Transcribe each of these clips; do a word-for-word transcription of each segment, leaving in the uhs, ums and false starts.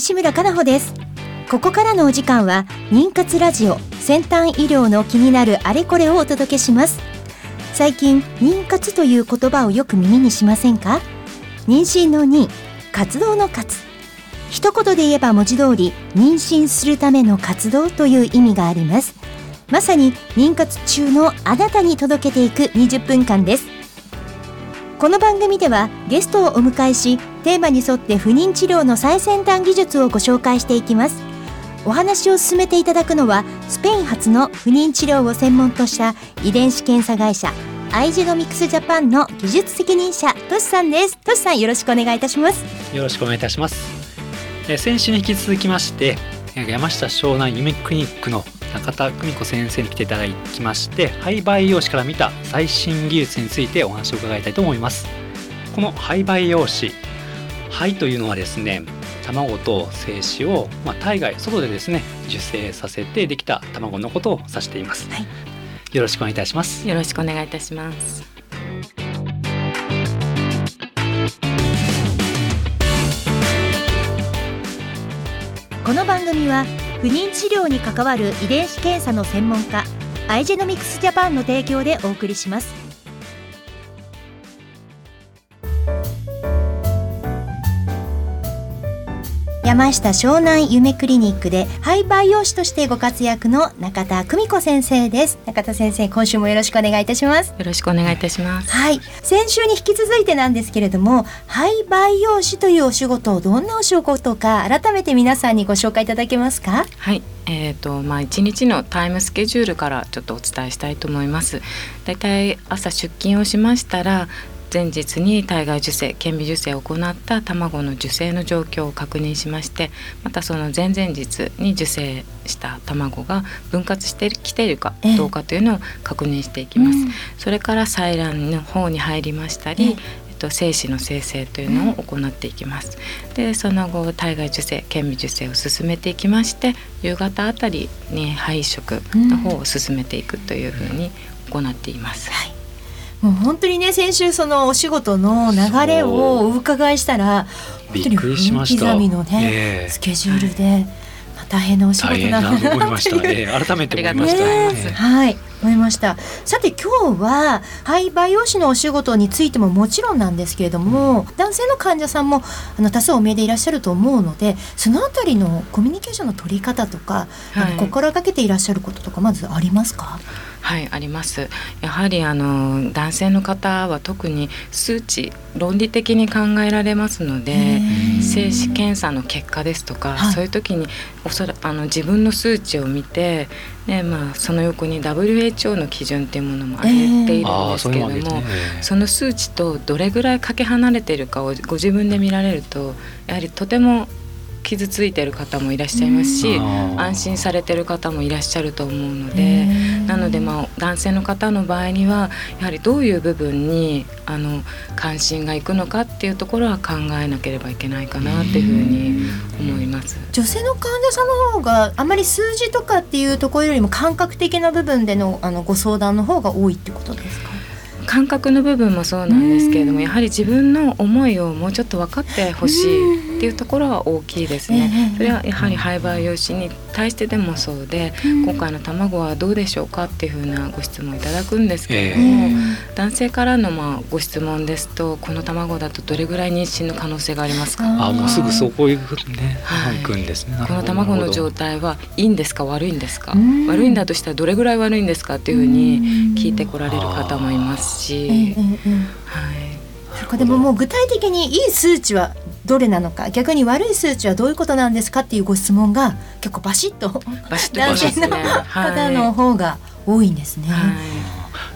西村かなほです。ここからのお時間は妊活ラジオ、先端医療の気になるあれこれをお届けします。最近妊活という言葉をよく耳にしませんか？妊娠の妊、活動の活、一言で言えば文字通り妊娠するための活動という意味があります。まさに妊活中のあなたに届けていくにじゅっぷんかんです。この番組ではゲストをお迎えし、テーマに沿って不妊治療の最先端技術をご紹介していきます。お話を進めていただくのは、スペイン発の不妊治療を専門とした遺伝子検査会社アイジェノミクスジャパンの技術責任者トシさんです。トシさん、よろしくお願いいたします。 よろしくお願いいたします。え先週に引き続きまして、山下湘南夢クリニックの中田久美子先生に来ていただきまして、胚培養士から見た最新技術についてお話を伺いたいと思います。この胚培養士、胚というのはですね、卵と精子を、まあ、体外外でですね受精させてできた卵のことを指しています、はい、よろしくお願いいたします。 よろしくお願いいたします。 この番組は不妊治療に関わる遺伝子検査の専門家アイジェノミクスジャパンの提供でお送りします。山下湘南夢クリニックで胚培養士としてご活躍の中田久美子先生です。中田先生、今週もよろしくお願いいたします。 よろしくお願いいたします。 はい、先週に引き続いてなんですけれども、胚培養士というお仕事、どんなお仕事か改めて皆さんにご紹介いただけますか？ はい、えーとまあ、いちにちのタイムスケジュールからちょっとお伝えしたいと思います。だいたい朝出勤をしましたら、前日に体外受精、顕微授精を行った卵の受精の状況を確認しまして、またその前々日に受精した卵が分割してきているかどうかというのを確認していきます、うん、それから採卵の方に入りましたり、えっと、精子の生成というのを行っていきます。でその後体外受精、顕微授精を進めていきまして、夕方あたりに胚移植の方を進めていくというふうに行っています、うん、はい。 もう本当にね、先週そのお仕事の流れをお伺いしたら、 びっくりしました。 分刻みのね、えー、スケジュールで、はい、まあ、大変なお仕事なんだなと思いました、 えー、改めて思いました、 ね、はい思いました。さて今日は胚培養士のお仕事についてももちろんなんですけれども、男性の患者さんもあの多数お見えでいらっしゃると思うので、そのあたりのコミュニケーションの取り方とか、はい、心がけていらっしゃることとかまずありますか？ はい、あります。やはりあの男性の方は特に数値、論理的に考えられますので、精子検査の結果ですとか、はい、そういう時におそらあの自分の数値を見て、でまあ、その横に ダブリューエイチオー の基準っていうものも挙げているんですけれども、えー そ, ね、その数値とどれぐらいかけ離れているかをご自分で見られると、やはりとても傷ついている方もいらっしゃいますし、安心されている方もいらっしゃると思うので、なので、まあ、男性の方の場合にはやはりどういう部分にあの関心がいくのかっていうところは考えなければいけないかなっていうふうに思います。 女性の患者さんの方があまり数字とかっていうところよりも感覚的な部分で の, あのご相談の方が多いってことですか？ 感覚の部分もそうなんですけれども、やはり自分の思いをもうちょっと分かってほしいっていうところは大きいですね。それはやはり胚培養士に対してでもそうで、今回の卵はどうでしょうかっていうふうなご質問いただくんですけれども、男性からのまあご質問ですと、この卵だとどれぐらい妊娠の可能性がありますか？ ああ、もうすぐそこへ行くね、はい、行くんですね。 この卵の状態はいいんですか、悪いんですか、悪いんだとしたらどれぐらい悪いんですかっていうふうに聞いてこられる方もいますし、えーえーえーはい、 そこでももう具体的にいい数値はどれなのか、逆に悪い数値はどういうことなんですかっていうご質問が結構バシッとバシッと男性の方の方が多いんですね、はい、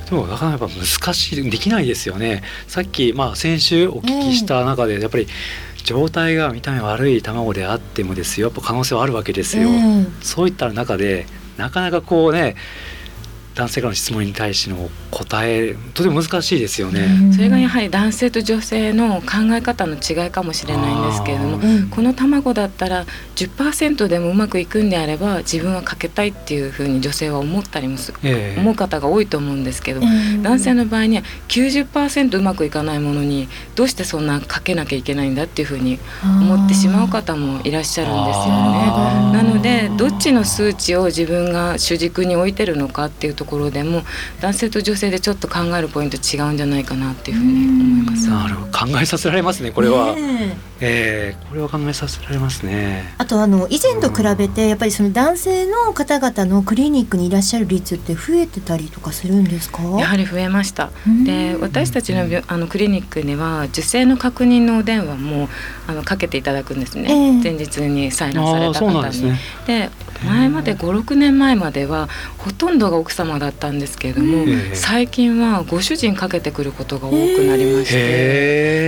でもなかなか難しい、できないですよね。さっき、まあ、先週お聞きした中で、やっぱり状態が見た目悪い卵であってもですよ、やっぱ可能性はあるわけですよ、えー、そういった中でなかなかこうね、 男性からの質問に対しての答えとても難しいですよね。 それがやはり男性と女性の考え方の違いかもしれないんですけれども、この卵だったら じゅっパーセント でもうまくいくんであれば自分はかけたいっていうふうに女性は思ったりもす、えー、思う方が多いと思うんですけど、えー、男性の場合には きゅうじゅっパーセント うまくいかないものにどうしてそんなかけなきゃいけないんだっていうふうに思ってしまう方もいらっしゃるんですよね。なのでどっちの数値を自分が主軸に置いてるのかっていうところでも男性と女性でちょっと考えるポイント違うんじゃないかなっていうふうに思います。 なるほど、考えさせられますねこれは、ねえー、これは考えさせられますね。 あとあの以前と比べてやっぱりその男性の方々のクリニックにいらっしゃる率って増えてたりとかするんですか？ やはり増えました。で私たちの、あのクリニックには受精の確認のお電話もあのかけていただくんですね、えー、前日に採卵された方に。で前までご、ろくねんまえまではほとんどが奥様だったんですけれども、最近はご主人かけてくることが多くなりまして、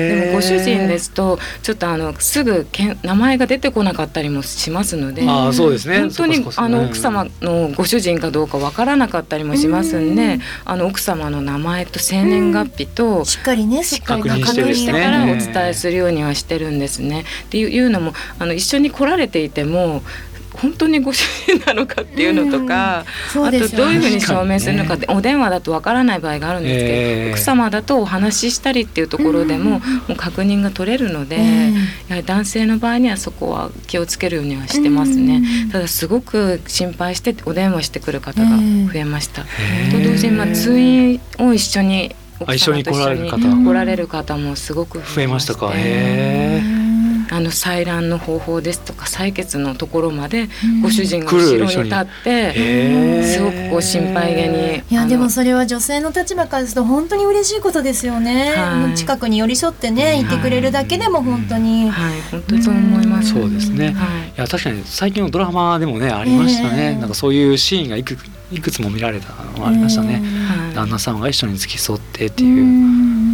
でもご主人ですとちょっとあのすぐけん名前が出てこなかったりもしますので、 あそうですね、 本当にあの奥様のご主人かどうかわからなかったりもしますんで、あの奥様の名前と生年月日としっかりねしっかり確認してからお伝えするようにはしてるんですね。っていうのもあの一緒に来られていても本当にご主人なのかっていうのとか、うん、あとどういうふうに証明するのかって、ね、お電話だとわからない場合があるんですけど、えー、奥様だとお話ししたりっていうところでも、うん、もう確認が取れるので、うん、やはり男性の場合にはそこは気をつけるようにはしてますね、うん、ただすごく心配してお電話してくる方が増えました、えー、と同時に、まあ、通院を一緒に奥様と一緒に来られる方もすごく増えまして、 増えましたか。へー、 あの採卵の方法ですとか採血のところまでご主人が後ろに立ってすごくこう心配げに。 いやでもそれは女性の立場からすると本当に嬉しいことですよね、はい、近くに寄り添ってねいてくれるだけでも本当に、 はい、はい、本当にそう思います。 そうですね、はい、いや確かに最近のドラマでもねありましたね、なんかそういうシーンがいくいくつも見られたのがありましたね、はい、旦那さんが一緒に付き添ってっていう、うん、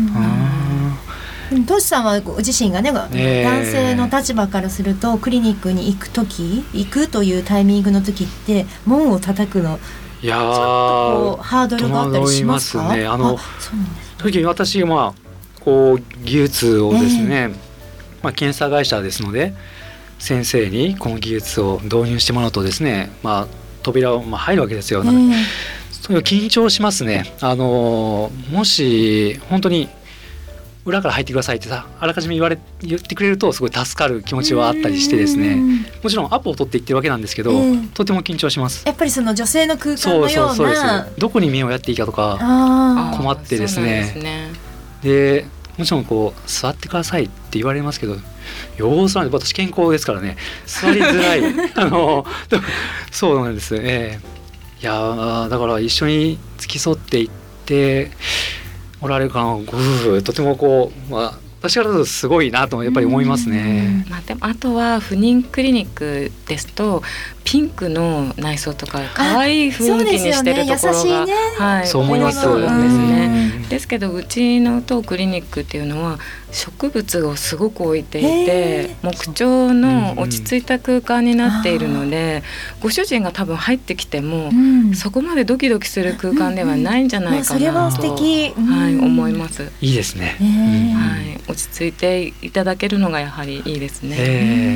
トシさんはご自身がね、えー、男性の立場からするとクリニックに行くとき行くというタイミングの時って門を叩くのいやちょっとこうハードルがあったりしますか？ ね、あの時に私がまあこう技術をですね、えーまあ、検査会社ですので先生にこの技術を導入してもらうとですね、まあ、扉をまあ入るわけですよ、えー、そういう緊張しますね。あのもし本当に裏から入ってくださいってさあらかじめ言われ言ってくれるとすごい助かる気持ちはあったりしてですね、もちろんアポを取っていってるわけなんですけど、えー、とても緊張します。 やっぱりその女性の空間のようなそうそうそうです。 どこに目をやっていいかとか困ってですね、でもちろんこう座ってくださいって言われますけどようさん私健康ですからね座りづらいあのそうなんです、えー、いやだから一緒に付き添っていっておられるかなご夫婦とてもこう、まあ、私からだとすごいなとやっぱり思いますね。 まあ、でもあとは不妊クリニックですとピンクの内装とか可愛い雰囲気にしてるところが、ねはい、 そう思います。 そうなんですね。ですけどうちの当クリニックっていうのは植物をすごく置いていて木彫の落ち着いた空間になっているので、うん、ご主人が多分入ってきても、うん、そこまでドキドキする空間ではないんじゃないかなと、うん、それは素敵、はい、思います。 いいですね、 はい、落ち着いていただけるのがやはりいいですね。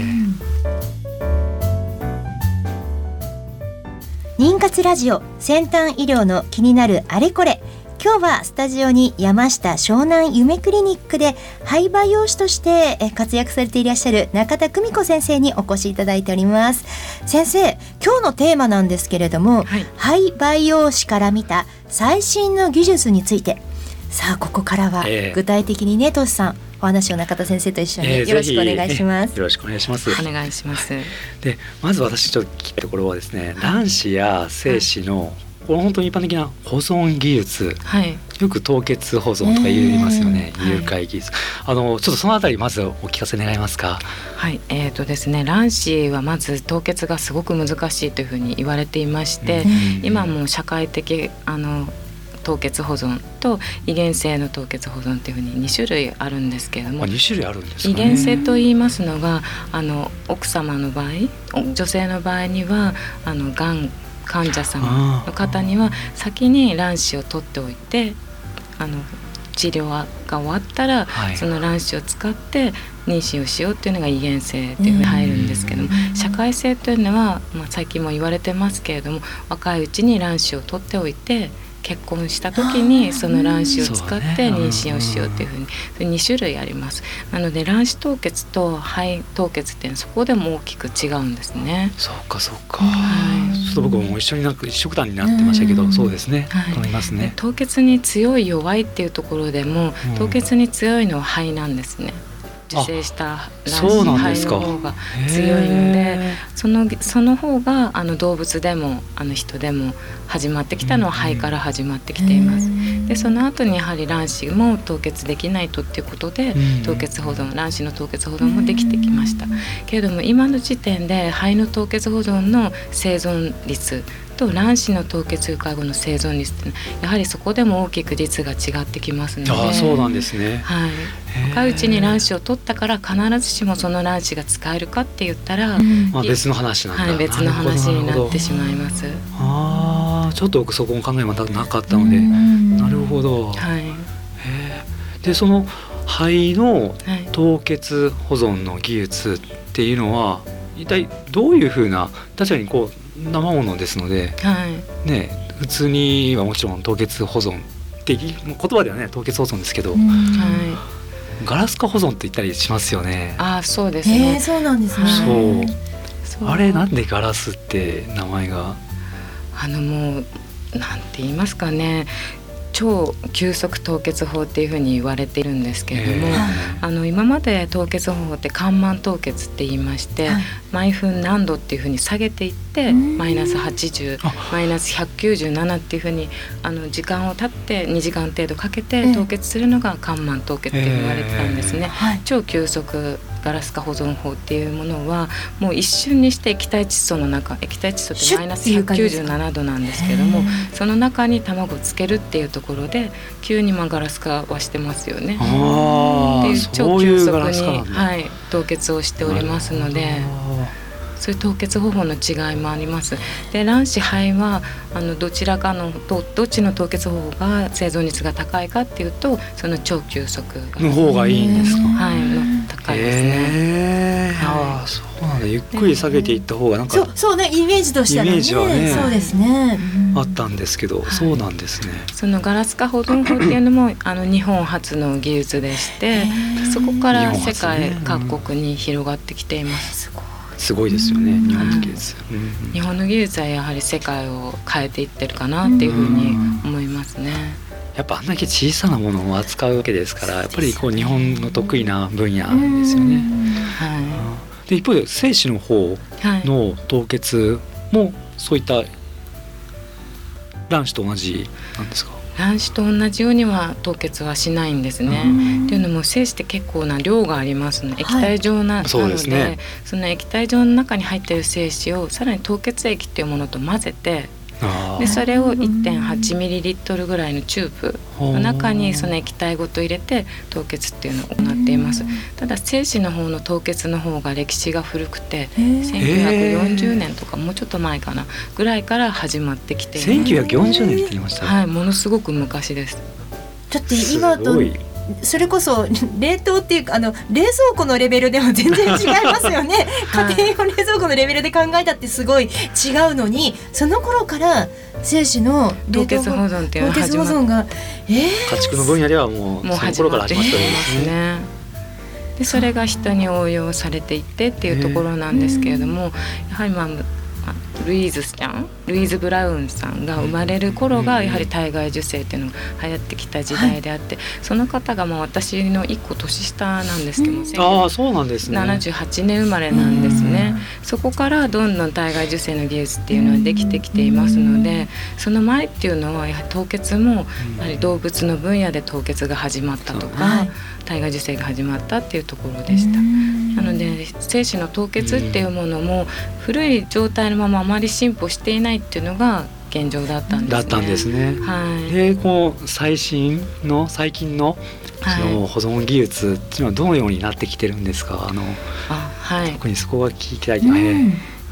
妊活ラジオ先端医療の気になるあれこれ。今日はスタジオに山下湘南夢クリニックで胚培養士として活躍されていらっしゃる中田久美子先生にお越しいただいております。先生、今日のテーマなんですけれども、はい、胚培養士から見た最新の技術について、さあここからは具体的にね、トシさんお話を中田先生と一緒によろしくお願いします。 えー、よろしくお願いします。 お願いします。 でまず私ちょっと聞きたいところはですね、卵子や精子の、はいこれ本当に一般的な保存技術、はい、よく凍結保存とか言いますよね、えー、融解技術、はい、あのちょっとそのあたりまずお聞かせ願えますか？ はい、えーとですね、卵子はまず凍結がすごく難しいというふうに言われていまして、うん、今も社会的あの凍結保存と遺伝性の凍結保存というふうにに種類あるんですけれども、 に種類あるんですかね。 遺伝性と言いますのがあの奥様の場合女性の場合にはあのがん患者様の方には先に卵子を取っておいて、あの治療が終わったら、はい、その卵子を使って妊娠をしようっていうのが遺伝性っていうふうに入るんですけども、社会性というのは、まあ、最近も言われてますけれども、若いうちに卵子を取っておいて結婚した時にその卵子を使って妊娠をしようっていうふうにに種類あります。なので卵子凍結と肺凍結っていうのはそこでも大きく違うんですね。 そうかそうか、はい、ちょっと僕も一緒になんか一緒くたになってましたけど、そうですね、はい、思いますね。 凍結に強い弱いっていうところでも、凍結に強いのは肺なんですね。受精した卵子肺の方が強いので、そのその方があの動物でもあの人でも始まってきたのは肺から始まってきています。でその後にやはり卵子も凍結できないとっていうことで、凍結保存卵子の凍結保存もできてきましたけれども、今の時点で肺の凍結保存の生存率と卵子の凍結融解後の生存率ってやはりそこでも大きく率が違ってきますので。 ああ、そうなんですね。 はい、若いうちに卵子を取ったから必ずしもその卵子が使えるかって言ったら、 うんまあ、別の話なんだ、 はい、別の話になってしまいます。 ああ、ちょっと僕そこの考えまたなかったので、なるほど、はい、へでその肺の凍結保存の技術っていうのは一体どういうふうな、確かにこう生ものですので、はいね、普通にはもちろん凍結保存って言葉ではね凍結保存ですけど、はい、ガラス化保存って言ったりしますよね。 あ、そうですね、 えー、そうなんですね。 そう、あれなんでガラスって名前が、 あのもうなんて言いますかね、超急速凍結法っていうふうに言われているんですけれども、あの今まで凍結方法って間満凍結って言いまして、はい、毎分何度っていうふうに下げていってマイナスはちじゅうマイナスひゃくきゅうじゅうななっていうふうにあの時間を経ってにじかん程度かけて凍結するのが間満凍結って言われてたんですね、はい、超急速ガラス化保存法っていうものはもう一瞬にして液体窒素の中、液体窒素ってマイナスひゃくきゅうじゅうななどなんですけども、その中に卵をつけるっていうところで急にまあガラス化はしてますよね。 あっていう超急速に、はい、凍結をしておりますので、そういう凍結方法の違いもあります。で卵子肺はあのどちらかの ど, どっちの凍結方法が生存率が高いかっていうと、その超急速の方がいいんですか。 はい、の高いですね。 えーはい、あ、そうなんだ。ゆっくり下げていった方がなんか、 そう、そうね、イメージとしてはね、イメージはね、そうですね、 あったんですけど、はい、そうなんですね。 そのガラス化保存法っていうのもあの日本初の技術でして、そこから世界各国に広がってきています。 すごいすごいですよね、日本の技術、 うん、日本の技術はやはり世界を変えていってるかなっていうふうに思いますね。 やっぱあんだけ小さなものを扱うわけですから、やっぱりこう日本の得意な分野ですよね。はい、で一方で精子の方の凍結もそういった卵子と同じなんですか。 卵子と同じようには凍結はしないんですね。というのも精子って結構な量がありますので、液体状 な,、はい、なの で, そ, ね、その液体状の中に入っている精子をさらに凍結液っていうものと混ぜて、でそれを いってんはちミリリットル ぐらいのチューブの中にその液体ごと入れて凍結っていうのを行っています。ただ精子の方の凍結の方が歴史が古くてせんきゅうひゃくよんじゅうねんとかもうちょっと前かなぐらいから始まってきています。 せんきゅうひゃくよんじゅうねんって言いました、 はい、ものすごく昔です。 だって今とそれこそ冷凍っていうかあの冷蔵庫のレベルでも全然違いますよね。家庭用冷蔵庫のレベルで考えたってすごい違うのに、その頃から精子の凍結保存っていうのが始まって、 が、えー、 家畜の分野ではもうその頃から始まっていますね。 でそれが人に応用されていってっていうところなんですけれども、やはりまあルイーズちゃんルイーズ・ブラウンさんが生まれる頃がやはり体外受精っていうのが流行ってきた時代であって、はい、その方がまあ私のいっこ年下なんですけど、うん、 あ、そうなんですね、 ななじゅうはちねん生まれなんですね。そこからどんどん体外受精の技術っていうのはできてきていますので、その前っていうのはやはり凍結もやはり動物の分野で凍結が始まったとか、はい、体外受精が始まったっていうところでした。なので精子の凍結っていうものも古い状態のままあまり進歩していないっていうのが現状だったんですね。 だったんですね、はい、でこう最新の最近のその保存技術っていうのはどのようになってきてるんですか。あのあ、はい、特にそこが聞きたい、うん、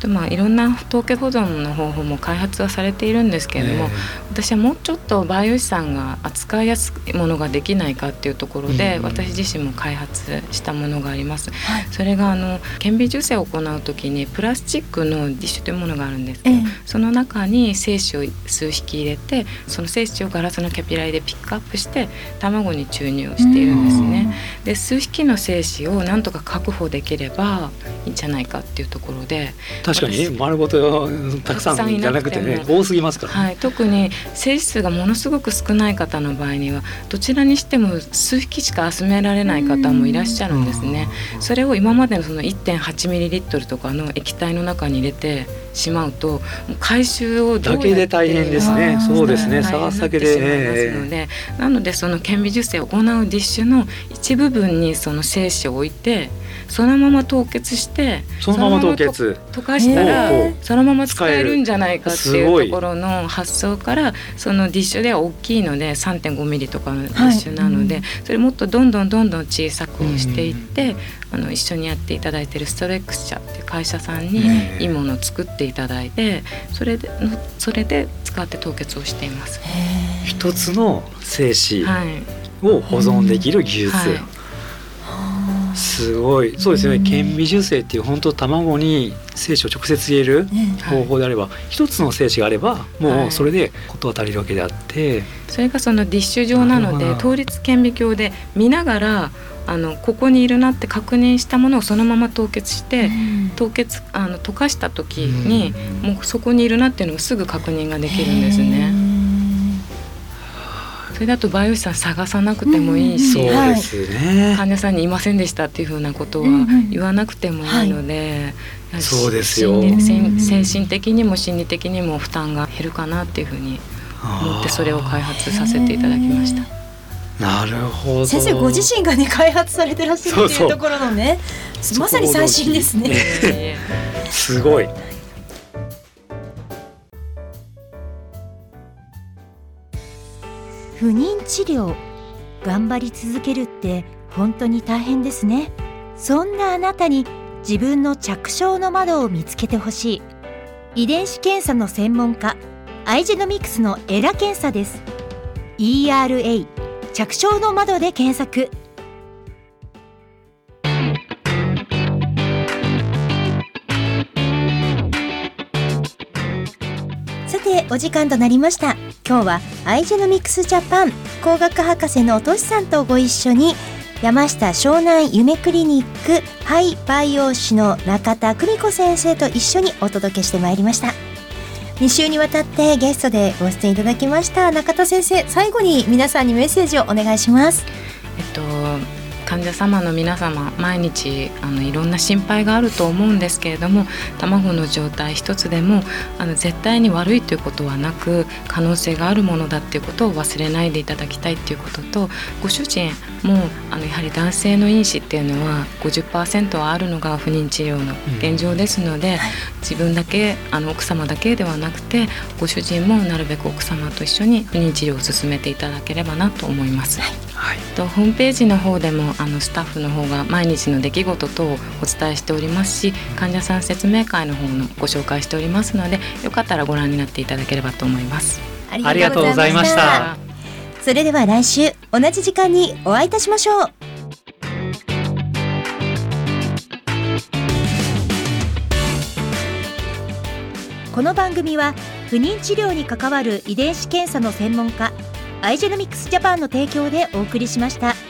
とまあいろんな凍結保存の方法も開発はされているんですけれども、えー、私はもうちょっと培養士さんが扱いやすいものができないかっていうところで、うん、私自身も開発したものがあります、はい、それがあの顕微授精を行うときにプラスチックのディッシュというものがあるんですけど、えー、その中に精子を数匹入れて、その精子をガラスのキャピラリでピックアップして卵に注入をしているんですね。で数匹の精子をなんとか確保できればいいんじゃないかっていうところで、 確かに丸ごとたくさんじゃなくてね、多すぎますから、ね、 はい、特に精子数がものすごく少ない方の場合にはどちらにしても数匹しか集められない方もいらっしゃるんですね。それを今までのその いってんはちミリリットル とかの液体の中に入れてしまうと回収をどうやってだけで大変ですね。そうですね、探すだけで、 えー、なのでなのでその顕微授精を行うディッシュの一部分にその精子を置いて、そのまま凍結してそのまま凍結溶かしたらそのまま使えるんじゃないかっていうところの発想から、そのディッシュでは大きいので さんてんごミリとかのディッシュなので、はい、それもっとどんどんどんどん小さくしていって、うん、あの一緒にやっていただいているストレックス社っていう会社さんにいいものを作っていただいて、それでそれで使って凍結をしています。 一つの精子を保存できる技術、はいはい、すごい。そうですね、顕微授精っていう本当卵に精子を直接入れる方法であれば、はい、一つの精子があればもうそれで事は足りるわけであって、はい、 それがそのディッシュ状なので倒立顕微鏡で見ながらあのここにいるなって確認したものをそのまま凍結して、うん、凍結あの溶かした時に、うん、もうそこにいるなっていうのがすぐ確認ができるんですね。それだと培養士さん探さなくてもいいし、うん、そうですね、患者さんにいませんでしたっていうふうなことは言わなくてもいいので、 うん、はい、そうですよ、 精神的にも心理的にも負担が減るかなっていうふうに思ってそれを開発させていただきました。 なるほど。 先生ご自身がね開発されてらっしゃるっていうところのね、そうそうまさに最新ですね。 すごい。 不妊治療頑張り続けるって本当に大変ですね。そんなあなたに自分の着床の窓を見つけてほしい。遺伝子検査の専門家アイジェノミクスのエラ検査です。 イーアールエー 着床の窓で検索。さてお時間となりました。今日はアイジェノミクスジャパン工学博士のとしさんとご一緒に山下湘南夢クリニック胚培養士の中田久美子先生と一緒にお届けしてまいりました。に週にわたってゲストでご出演いただきました中田先生、最後に皆さんにメッセージをお願いします。 えっと患者様の皆様毎日あのいろんな心配があると思うんですけれども、卵の状態一つでもあの絶対に悪いということはなく可能性があるものだっていうことを忘れないでいただきたいっていうことと、ご主人もあのやはり男性の因子っていうのは ごじゅっパーセント はあるのが不妊治療の現状ですので、うん、自分だけあの奥様だけではなくてご主人もなるべく奥様と一緒に不妊治療を進めていただければなと思います、はいはい、とホームページの方でもあのスタッフの方が毎日の出来事等をお伝えしておりますし、患者さん説明会の方のご紹介しておりますので、よかったらご覧になっていただければと思います。 ありがとうございました。それでは来週同じ時間にお会いいたしましょう。この番組は不妊治療に関わる遺伝子検査の専門家アイジェノミクスジャパンの提供でお送りしました。